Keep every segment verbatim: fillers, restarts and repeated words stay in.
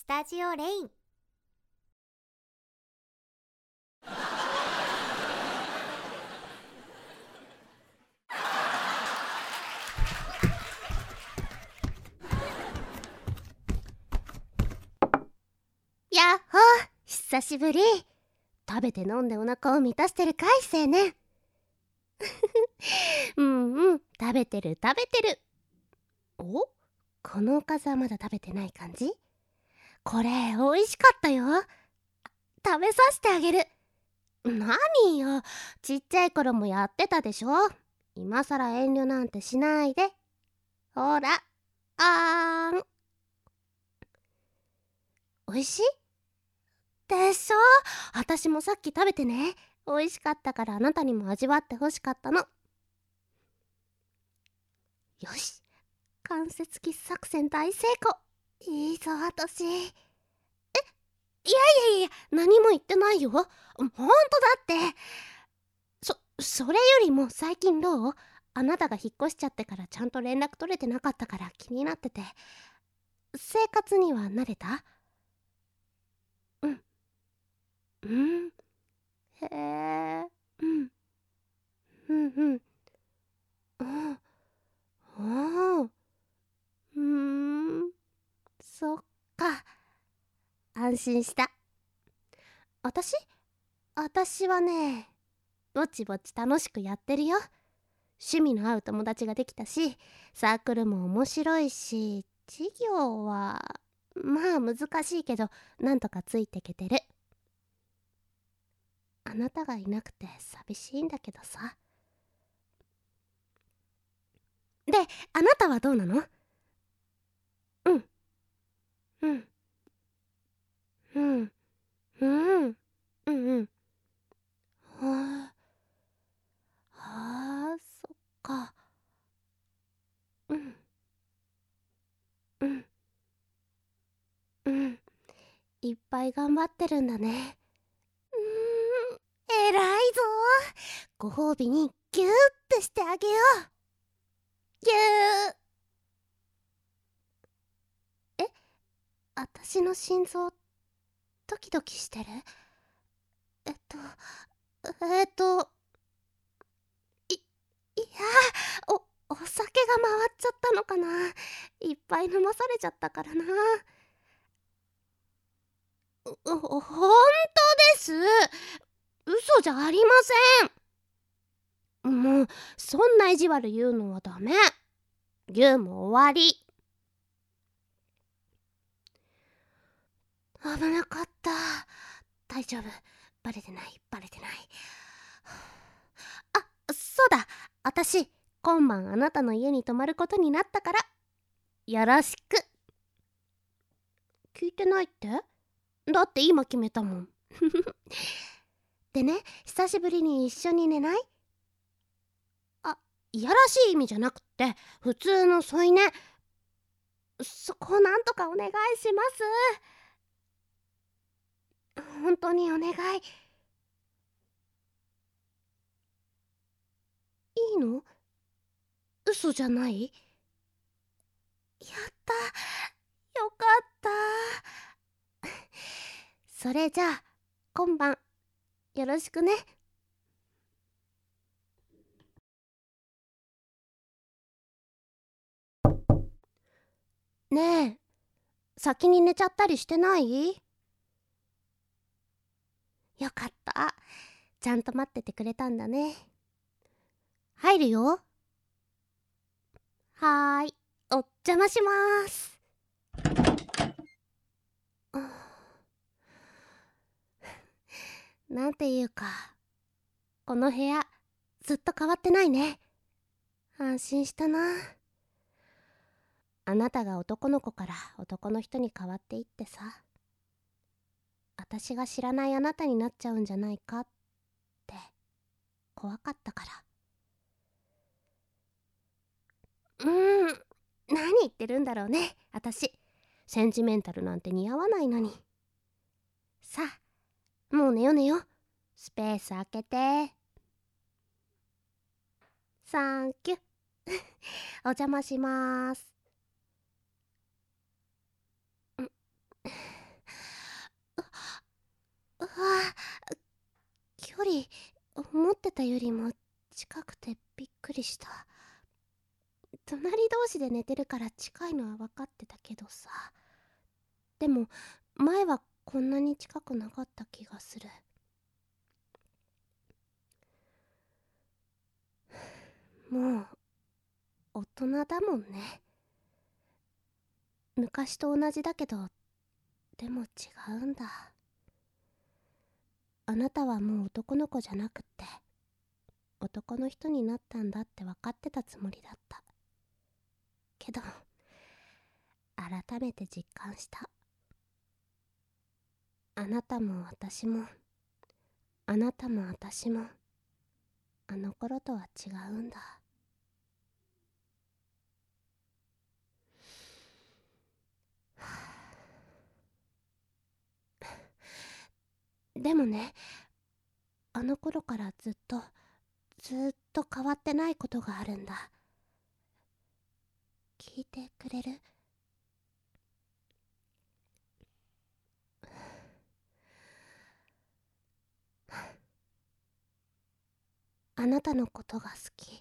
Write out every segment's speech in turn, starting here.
タジオレイン。 やっほー、久しぶり。食べて飲んでお腹を満たしてるかい、青年。うんうん、食べてる食べてる。お、このおかずはまだ食べてない感じ？これ美味しかったよ。食べさせてあげる。何よ、ちっちゃい頃もやってたでしょ。今さら遠慮なんてしないで。ほら、あーん。美味しいでしょ。私もさっき食べてね。美味しかったからあなたにも味わってほしかったの。よし、関節キス作戦大成功。いいぞ私。え、いやいやいや、何も言ってないよ。ほんとだって。そ、それよりも最近どう？あなたが引っ越しちゃってからちゃんと連絡取れてなかったから気になってて。生活には慣れた？うん。うん。へえ。うん。うんうん。うん。ああ。うーん。そっか。安心した。私私はね、ぼちぼち楽しくやってるよ。趣味の合う友達ができたし、サークルも面白いし、授業はまあ難しいけどなんとかついてけてる。あなたがいなくて寂しいんだけどさ。で、あなたはどうなの？うんうんうんうんうんうん。はあ、はあ、そっか。うんうんうん。いっぱい頑張ってるんだね。うーん、偉いぞ。ご褒美にギューってしてあげよう。ギュー。え、私の心臓ドキドキしてる？えっとえっといいやー、おお酒が回っちゃったのかな。いっぱい飲まされちゃったからな。うほほんとです。嘘じゃありません。もうそんな意地悪言うのはダメ。ギューも終わり。危なかった。大丈夫、バレてないバレてない。あ、そうだ、私今晩あなたの家に泊まることになったからよろしく。聞いてないって？だって今決めたもん。でね、久しぶりに一緒に寝ない？あ、いやらしい意味じゃなくって普通の添い寝。そこをなんとかお願いします。本当にお願い。いいの？嘘じゃない？やった、よかった。それじゃあ今晩よろしくね。ねえ、先に寝ちゃったりしてない？よかった、ちゃんと待っててくれたんだね。入るよ。はーい、お邪魔しまーす。なんていうか、この部屋ずっと変わってないね。安心したな。あなたが男の子から男の人に変わっていってさ、私が知らないあなたになっちゃうんじゃないかって怖かったから。うーん、何言ってるんだろうね、私。センチメンタルなんて似合わないのに。さあ、もう寝よ寝よ。スペース空けて。サンキュ。お邪魔しまーす。 よりも近くてびっくりした。隣同士で寝てるから近いのは分かってたけどさ。でも前はこんなに近くなかった気がする。もう大人だもんね。昔と同じだけど、でも違うんだ。あなたはもう男の子じゃなくって男の人になったんだって分かってたつもりだった。けど改めて実感した。あなたも私もあなたも私もあの頃とは違うんだ。でもね、あの頃からずっとずっと変わってないことがあるんだ。聞いてくれる？あなたのことが好き。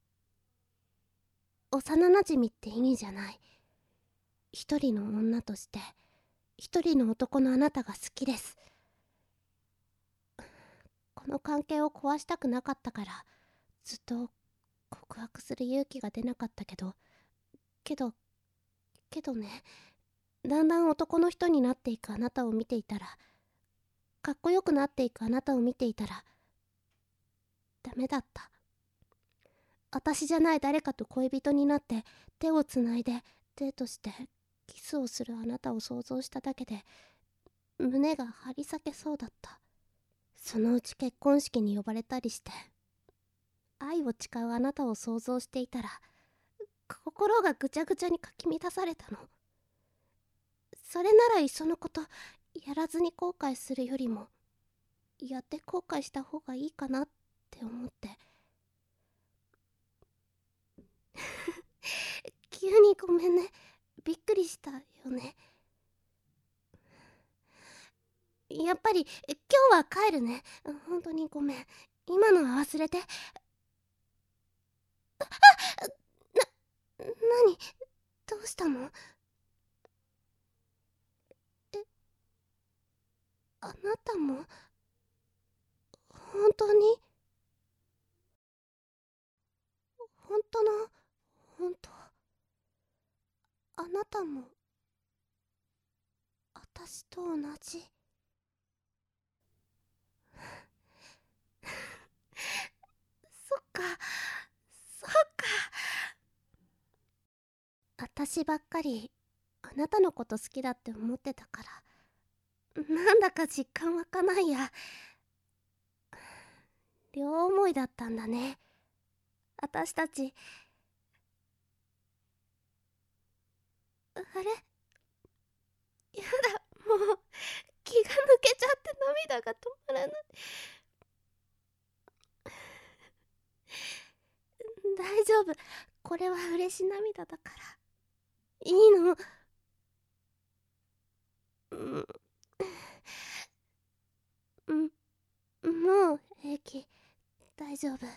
幼なじみって意味じゃない。一人の女として一人の男のあなたが好きです。この関係を壊したくなかったからずっと告白する勇気が出なかったけどけどけどね、だんだん男の人になっていくあなたを見ていたら、かっこよくなっていくあなたを見ていたらダメだった。私じゃない誰かと恋人になって手をつないでデートしてキスをするあなたを想像しただけで胸が張り裂けそうだった。そのうち結婚式に呼ばれたりして愛を誓うあなたを想像していたら心がぐちゃぐちゃにかき乱されたの。それならいっそのことやらずに後悔するよりもやって後悔した方がいいかなって思って急にごめんね。びっくりしたよね。やっぱり今日は帰るね。本当にごめん。今のは忘れて。な、何？どうしたの？え、あなたも本当に？本当の本当？あなたも私と同じ？そっか、そっか。私ばっかりあなたのこと好きだって思ってたからなんだか実感湧かないや。両思いだったんだね、私たち。あれ、やだ、もう気が抜けちゃって涙が止まらない。大丈夫、これは嬉し涙だからいいの。うんうんもう平気、大丈夫。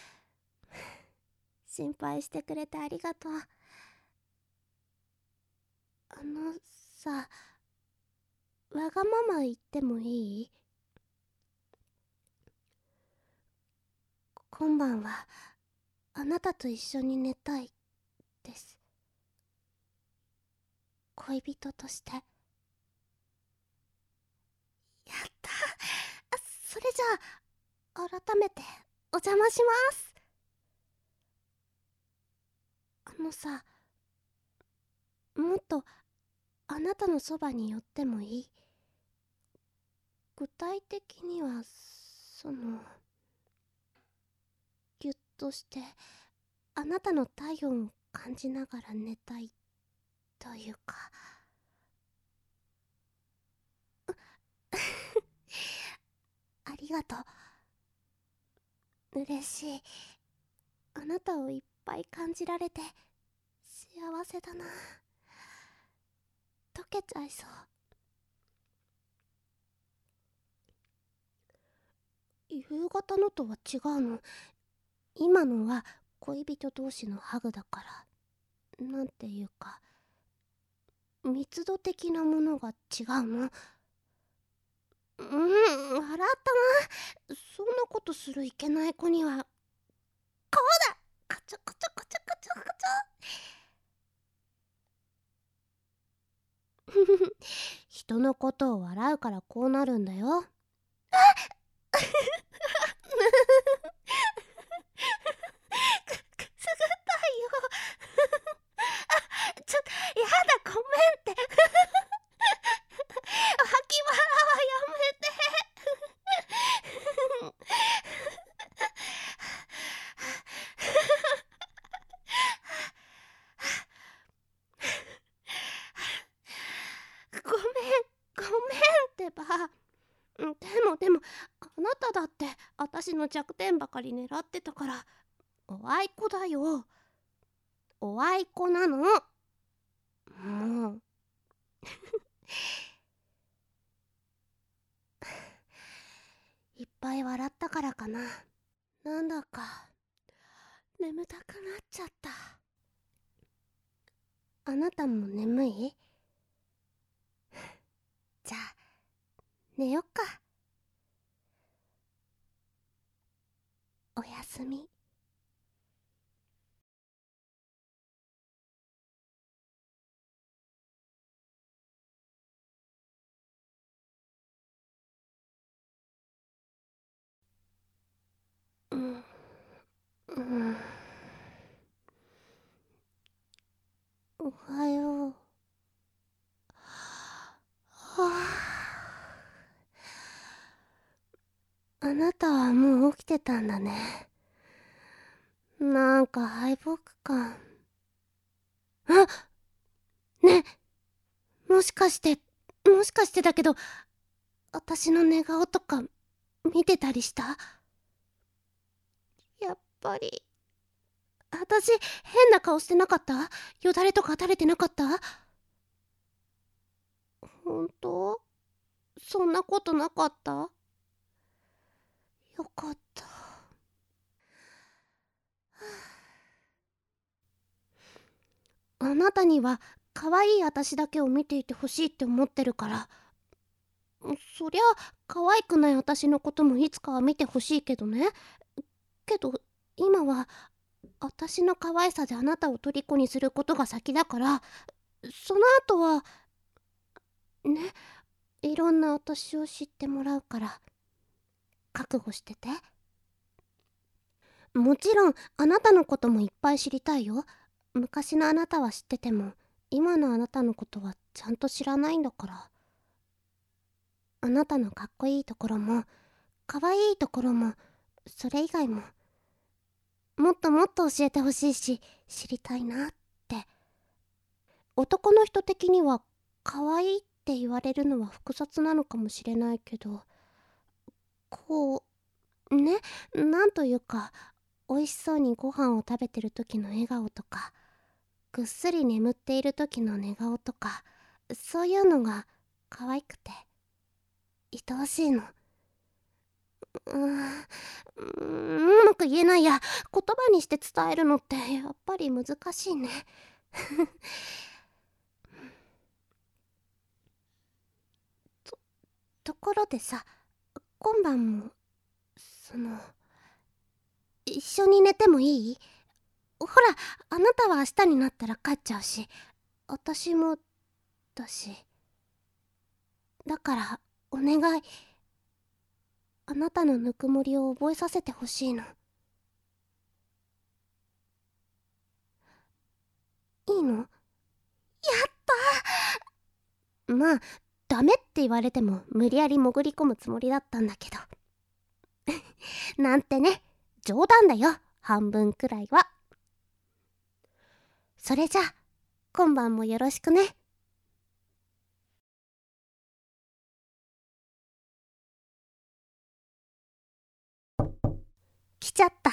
心配してくれてありがとう。あのさ、わがまま言ってもいい？今晩はあなたと一緒に寝たいです。恋人として。やったー。それじゃあ改めてお邪魔します。あのさ、もっとあなたのそばに寄ってもいい？具体的にはそのギュッとしてあなたの体温を感じながら寝たいというか。ありがとう、嬉しい。あなたをいっぱい感じられて幸せだな。溶けちゃいそう。 夕方のとは違うの。今のは恋人同士のハグだから、なんていうか密度的なものが違うの。うん、笑ったな。そんなことするいけない子には。こうだ、カチャカチャカチャカチャカチャ人のことを笑うからこうなるんだよ。く、くすぐったいよ。あ、ちょっとやだ、ごめんって。脇腹はやめて。ごめん、ごめんってば。でもでも、あなただって私の弱点ばかり狙ってたから、おあいこだよ。おあいこなの。もう。いっぱい笑ったからかな。なんだか眠たくなっちゃった。あなたも眠い？じゃあ寝よっか。おやすみ。うんうん、おはよう。はあ、あなたはもう起きてたんだね。なんか敗北感。あ、ね、もしかしてもしかしてだけど、私の寝顔とか見てたりした？やっぱり私変な顔してなかった？よだれとか垂れてなかった？本当？そんなことなかった？よかった。あなたには可愛い私だけを見ていてほしいって思ってるから、そりゃ可愛くない私のこともいつかは見てほしいけどね。けど今は私の可愛さであなたを虜にすることが先だから、その後はね、いろんな私を知ってもらうから覚悟してて。もちろんあなたのこともいっぱい知りたいよ。昔のあなたは知ってても今のあなたのことはちゃんと知らないんだから。あなたのかっこいいところも可愛いところも、それ以外ももっともっと教えてほしいし知りたいなって。男の人的には可愛いって言われるのは複雑なのかもしれないけど、こうね、なんというか美味しそうにご飯を食べてる時の笑顔とか、ぐっすり眠っている時の寝顔とか、そういうのが可愛くて愛おしいの。うーん、うまく言えないや。言葉にして伝えるのってやっぱり難しいね。と、ところでさ、今晩もその一緒に寝てもいい？ほら、あなたは明日になったら帰っちゃうし、私もだし。だからお願い、あなたのぬくもりを覚えさせてほしいの。いいの？やったー。まあダメって言われても無理やり潜り込むつもりだったんだけどなんてね、冗談だよ、半分くらいは。それじゃあ今晩もよろしくね。来ちゃった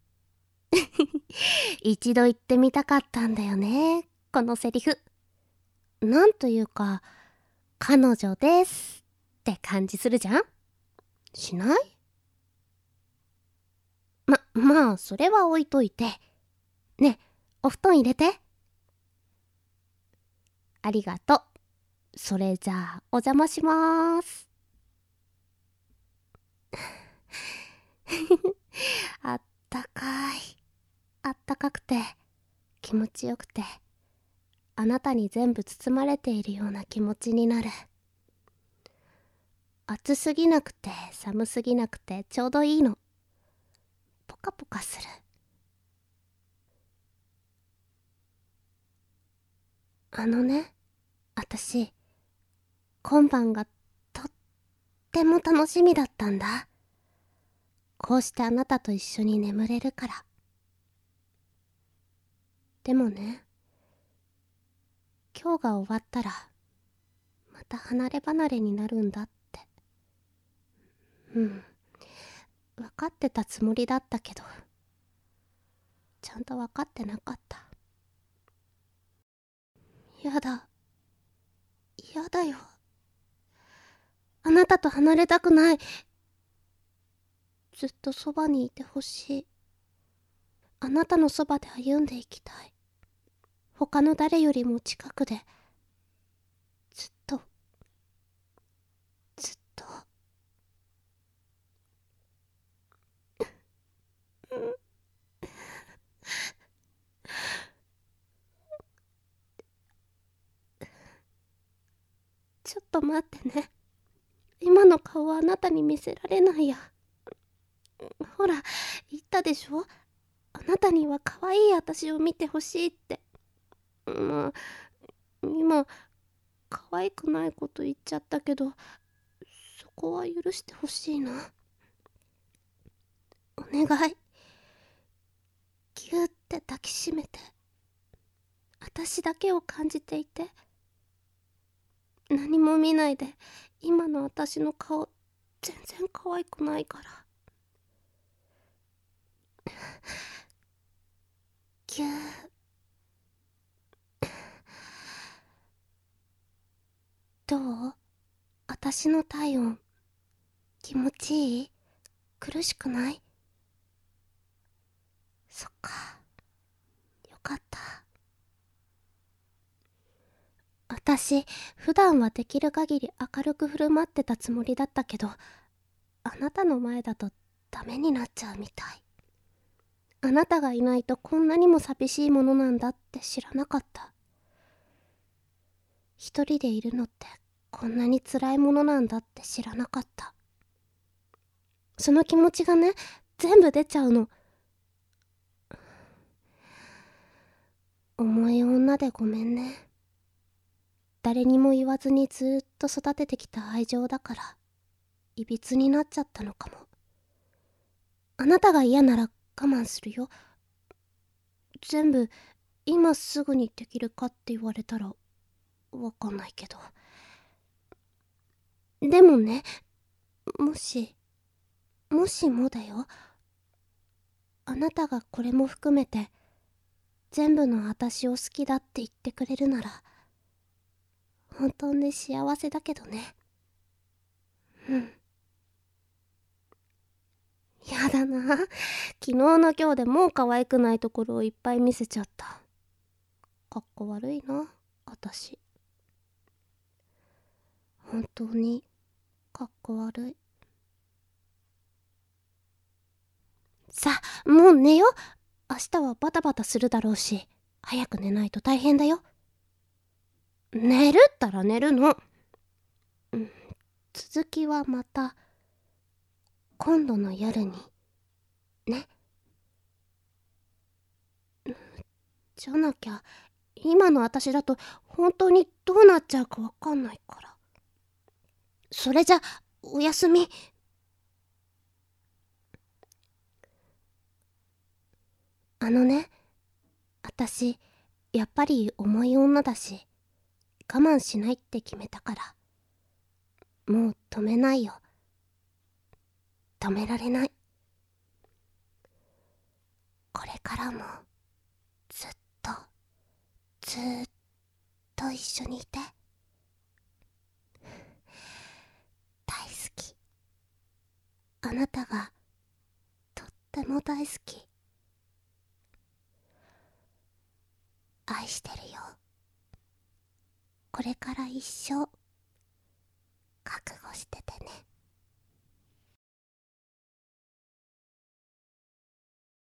一度言ってみたかったんだよね、このセリフ。なんというか、彼女ですって感じするじゃん？しない？ ままあそれは置いといて。ねえ、お布団入れて。ありがとう。それじゃあお邪魔しまーす。あったかい。あったかくて気持ちよくて、あなたに全部包まれているような気持ちになる。暑すぎなくて寒すぎなくてちょうどいいの。ポカポカする。あのね、あたし今晩がとっても楽しみだったんだ。こうしてあなたと一緒に眠れるから。でもね、今日が終わったらまた離れ離れになるんだって。うん、分かってたつもりだったけど、ちゃんと分かってなかった。やだ、やだよ。あなたと離れたくない。ずっとそばにいてほしい。あなたのそばで歩んでいきたい。他の誰よりも近くで、ずっと、ずっと。ちょっと待ってね。今の顔はあなたに見せられないや。ほら、言ったでしょ。あなたには可愛い私を見てほしいって。まあ、今、可愛くないこと言っちゃったけど、そこは許してほしいな。お願い。ぎゅーって抱きしめて。私だけを感じていて。何も見ないで、今の私の顔、全然可愛くないから。ぎゅー。どう？私の体温、気持ちいい？苦しくない？そっか。よかった。私、普段はできる限り明るく振る舞ってたつもりだったけど、あなたの前だとダメになっちゃうみたい。あなたがいないとこんなにも寂しいものなんだって知らなかった。一人でいるのってこんなに辛いものなんだって知らなかった。その気持ちがね、全部出ちゃうの。重い女でごめんね。誰にも言わずにずーっと育ててきた愛情だから、いびつになっちゃったのかも。あなたが嫌なら我慢するよ。全部今すぐにできるかって言われたらわかんないけど。でもね、もしもしもだよ、あなたがこれも含めて全部の私を好きだって言ってくれるなら本当に幸せだけどね。うん。やだな。昨日の今日でもう可愛くないところをいっぱい見せちゃった。かっこ悪いな、私。本当にかっこ悪い。さあ、もう寝よ。明日はバタバタするだろうし、早く寝ないと大変だよ。寝るったら寝るの。うん、続きはまた今度の夜にね。じゃなきゃ今の私だと本当にどうなっちゃうかわかんないから。それじゃおやすみ。あのね、私やっぱり重い女だし我慢しないって決めたから、もう止めないよ。止められない。これからもずっとずーっと一緒にいて。大好き。あなたがとってもも大好き。愛してるよ。これから一生